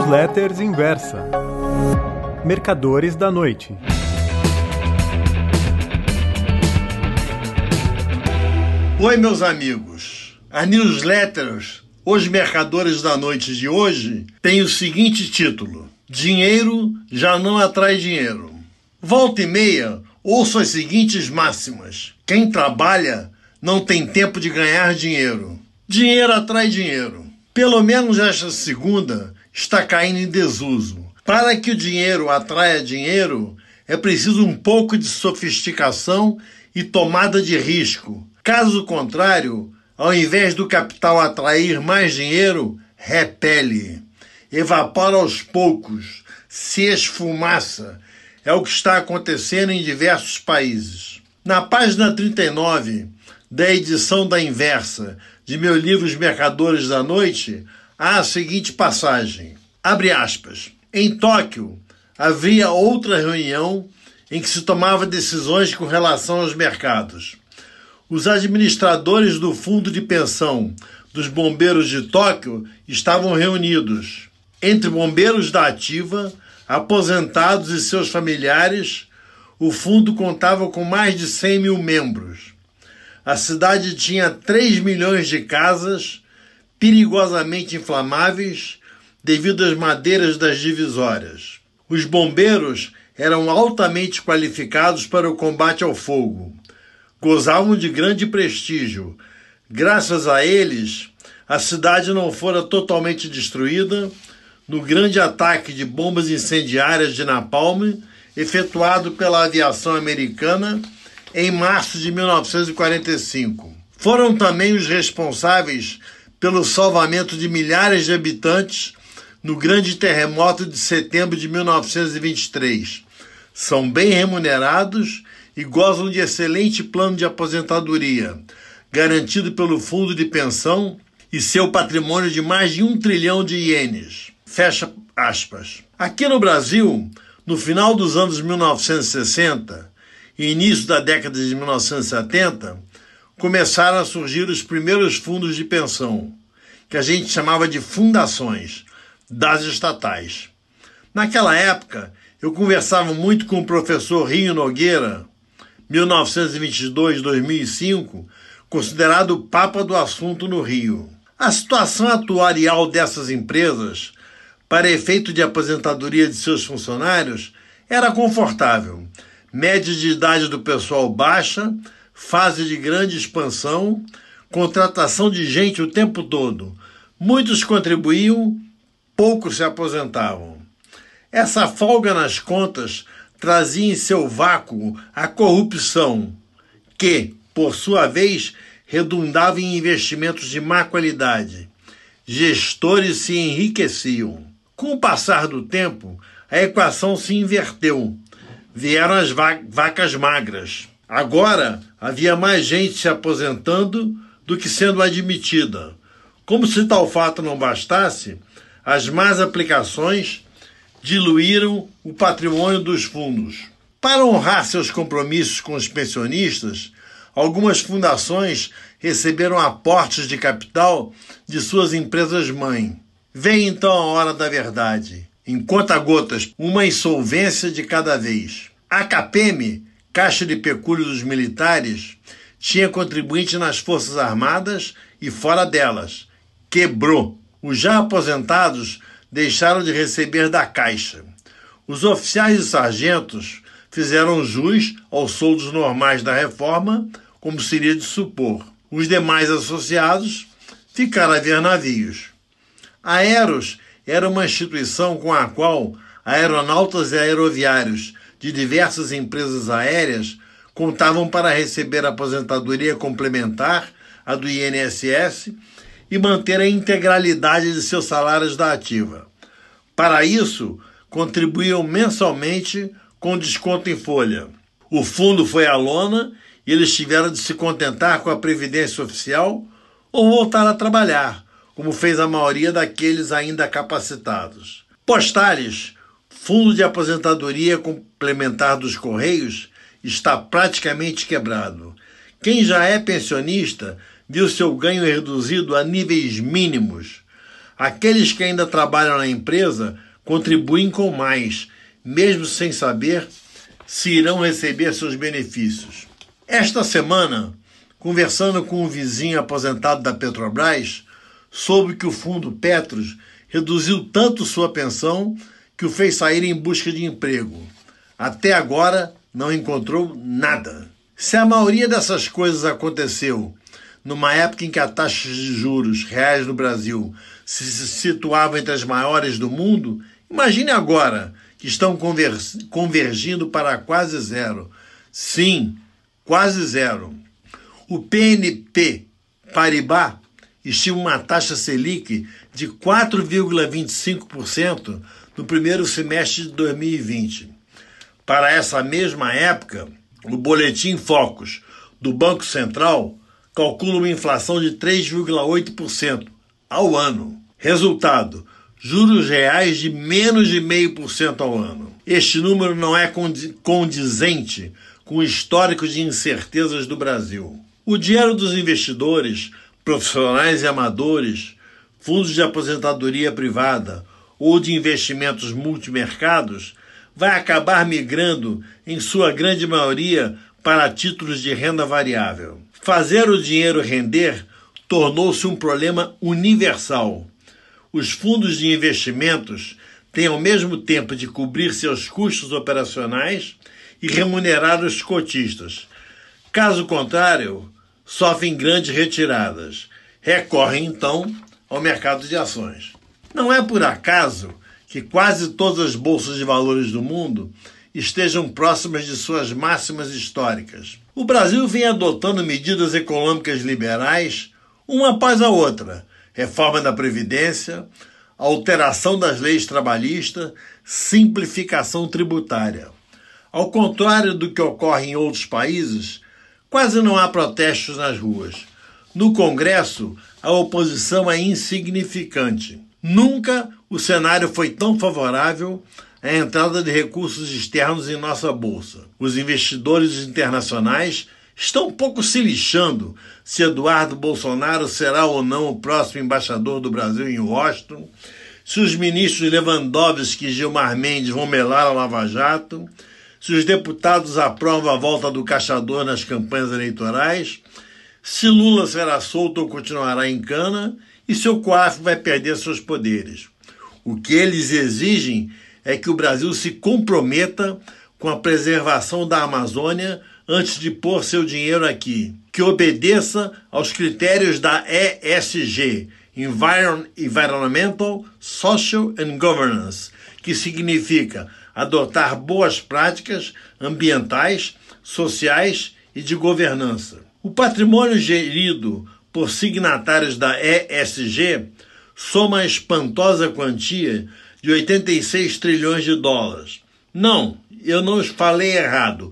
Newsletters Inversa. Mercadores da Noite. Oi, meus amigos. As newsletters Os Mercadores da Noite de hoje tem o seguinte título: Dinheiro já não atrai dinheiro. Volta e meia, ouço as seguintes máximas: quem trabalha não tem tempo de ganhar dinheiro. Dinheiro atrai dinheiro. Pelo menos esta segunda está caindo em desuso. Para que o dinheiro atraia dinheiro, é preciso um pouco de sofisticação e tomada de risco. Caso contrário, ao invés do capital atrair mais dinheiro, repele, evapora aos poucos, se esfumaça. É o que está acontecendo em diversos países. Na página 39 da edição da Inversa de meu livro Os Mercadores da Noite, há a seguinte passagem, abre aspas, em Tóquio havia outra reunião em que se tomava decisões com relação aos mercados. Os administradores do fundo de pensão dos bombeiros de Tóquio estavam reunidos. Entre bombeiros da ativa, aposentados e seus familiares, o fundo contava com mais de 100 mil membros. A cidade tinha 3 milhões de casas perigosamente inflamáveis devido às madeiras das divisórias. Os bombeiros eram altamente qualificados para o combate ao fogo. Gozavam de grande prestígio. Graças a eles, a cidade não fora totalmente destruída no grande ataque de bombas incendiárias de napalm efetuado pela aviação americana em março de 1945. Foram também os responsáveis pelo salvamento de milhares de habitantes no grande terremoto de setembro de 1923. São bem remunerados e gozam de excelente plano de aposentadoria, garantido pelo fundo de pensão e seu patrimônio de mais de 1 trilhão de ienes. Fecha aspas. Aqui no Brasil, no final dos anos 1960 e início da década de 1970, começaram a surgir os primeiros fundos de pensão, que a gente chamava de fundações, das estatais. Naquela época, eu conversava muito com o professor Rinho Nogueira, 1922-2005, considerado o papa do assunto no Rio. A situação atuarial dessas empresas, para efeito de aposentadoria de seus funcionários, era confortável. Média de idade do pessoal baixa, fase de grande expansão, contratação de gente o tempo todo. Muitos contribuíam, poucos se aposentavam. Essa folga nas contas trazia em seu vácuo a corrupção, que, por sua vez, redundava em investimentos de má qualidade. Gestores se enriqueciam. Com o passar do tempo, a equação se inverteu. Vieram as vacas magras. Agora, havia mais gente se aposentando do que sendo admitida. Como se tal fato não bastasse, as más aplicações diluíram o patrimônio dos fundos. Para honrar seus compromissos com os pensionistas, algumas fundações receberam aportes de capital de suas empresas-mãe. Vem então a hora da verdade. Em conta-gotas, uma insolvência de cada vez. A CAPEM, Caixa de Pecúlio dos Militares, tinha contribuinte nas Forças Armadas e fora delas. Quebrou. Os já aposentados deixaram de receber da Caixa. Os oficiais e sargentos fizeram jus aos soldos normais da reforma, como seria de supor. Os demais associados ficaram a ver navios. A Aeros era uma instituição com a qual aeronautas e aeroviários de diversas empresas aéreas contavam para receber a aposentadoria complementar, a do INSS, e manter a integralidade de seus salários da ativa. Para isso, contribuíam mensalmente com desconto em folha. O fundo foi à lona e eles tiveram de se contentar com a previdência oficial ou voltar a trabalhar, como fez a maioria daqueles ainda capacitados. Postales, Fundo de Aposentadoria Complementar dos Correios, está praticamente quebrado. Quem já é pensionista viu seu ganho reduzido a níveis mínimos. Aqueles que ainda trabalham na empresa contribuem com mais, mesmo sem saber se irão receber seus benefícios. Esta semana, conversando com um vizinho aposentado da Petrobras, soube que o fundo Petros reduziu tanto sua pensão que o fez sair em busca de emprego. Até agora não encontrou nada. Se a maioria dessas coisas aconteceu numa época em que a taxa de juros reais no Brasil se situava entre as maiores do mundo, imagine agora que estão convergindo para quase zero. Sim, quase zero. O BNP Paribas estima uma taxa Selic de 4,25% no primeiro semestre de 2020. Para essa mesma época, o Boletim Focus do Banco Central calcula uma inflação de 3,8% ao ano. Resultado, juros reais de menos de 0,5% ao ano. Este número não é condizente com o histórico de incertezas do Brasil. O dinheiro dos investidores, profissionais e amadores, fundos de aposentadoria privada ou de investimentos multimercados vai acabar migrando, em sua grande maioria, para títulos de renda variável. Fazer o dinheiro render tornou-se um problema universal. Os fundos de investimentos têm ao mesmo tempo de cobrir seus custos operacionais e remunerar os cotistas. Caso contrário, sofrem grandes retiradas. Recorrem, então, ao mercado de ações. Não é por acaso que quase todas as bolsas de valores do mundo estejam próximas de suas máximas históricas. O Brasil vem adotando medidas econômicas liberais, uma após a outra: reforma da Previdência, alteração das leis trabalhistas, simplificação tributária. Ao contrário do que ocorre em outros países, quase não há protestos nas ruas. No Congresso, a oposição é insignificante. Nunca o cenário foi tão favorável à entrada de recursos externos em nossa bolsa. Os investidores internacionais estão pouco se lixando se Eduardo Bolsonaro será ou não o próximo embaixador do Brasil em Washington, se os ministros Lewandowski e Gilmar Mendes vão melar a Lava Jato, se os deputados aprovam a volta do caçador nas campanhas eleitorais, se Lula será solto ou continuará em cana e se o COAF vai perder seus poderes. O que eles exigem é que o Brasil se comprometa com a preservação da Amazônia antes de pôr seu dinheiro aqui, que obedeça aos critérios da ESG, Environmental, Social and Governance, que significa adotar boas práticas ambientais, sociais e de governança. O patrimônio gerido por signatários da ESG soma a espantosa quantia de 86 trilhões de dólares. Não, eu não falei errado,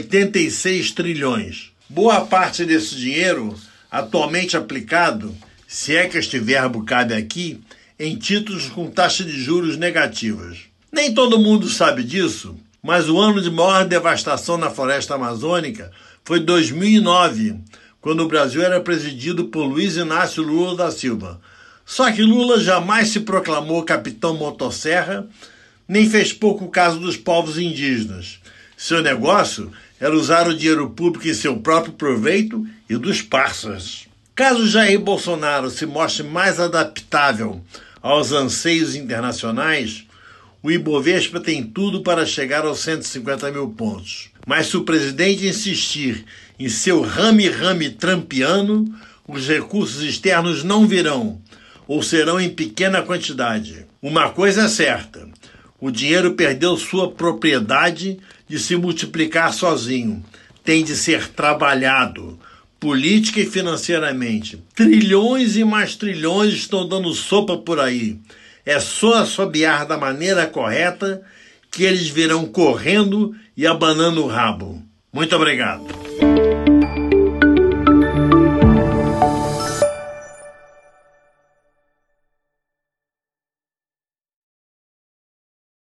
86 trilhões. Boa parte desse dinheiro, atualmente aplicado, se é que este verbo cabe aqui, em títulos com taxa de juros negativas. Nem todo mundo sabe disso, mas o ano de maior devastação na floresta amazônica foi 2009, quando o Brasil era presidido por Luiz Inácio Lula da Silva. Só que Lula jamais se proclamou capitão motosserra, nem fez pouco caso dos povos indígenas. Seu negócio era usar o dinheiro público em seu próprio proveito e dos parceiros. Caso Jair Bolsonaro se mostre mais adaptável aos anseios internacionais, o Ibovespa tem tudo para chegar aos 150 mil pontos. Mas se o presidente insistir em seu rame-rame trampiano, os recursos externos não virão, ou serão em pequena quantidade. Uma coisa é certa: o dinheiro perdeu sua propriedade de se multiplicar sozinho. Tem de ser trabalhado, política e financeiramente. Trilhões e mais trilhões estão dando sopa por aí. É só assobiar da maneira correta que eles virão correndo e abanando o rabo. Muito obrigado.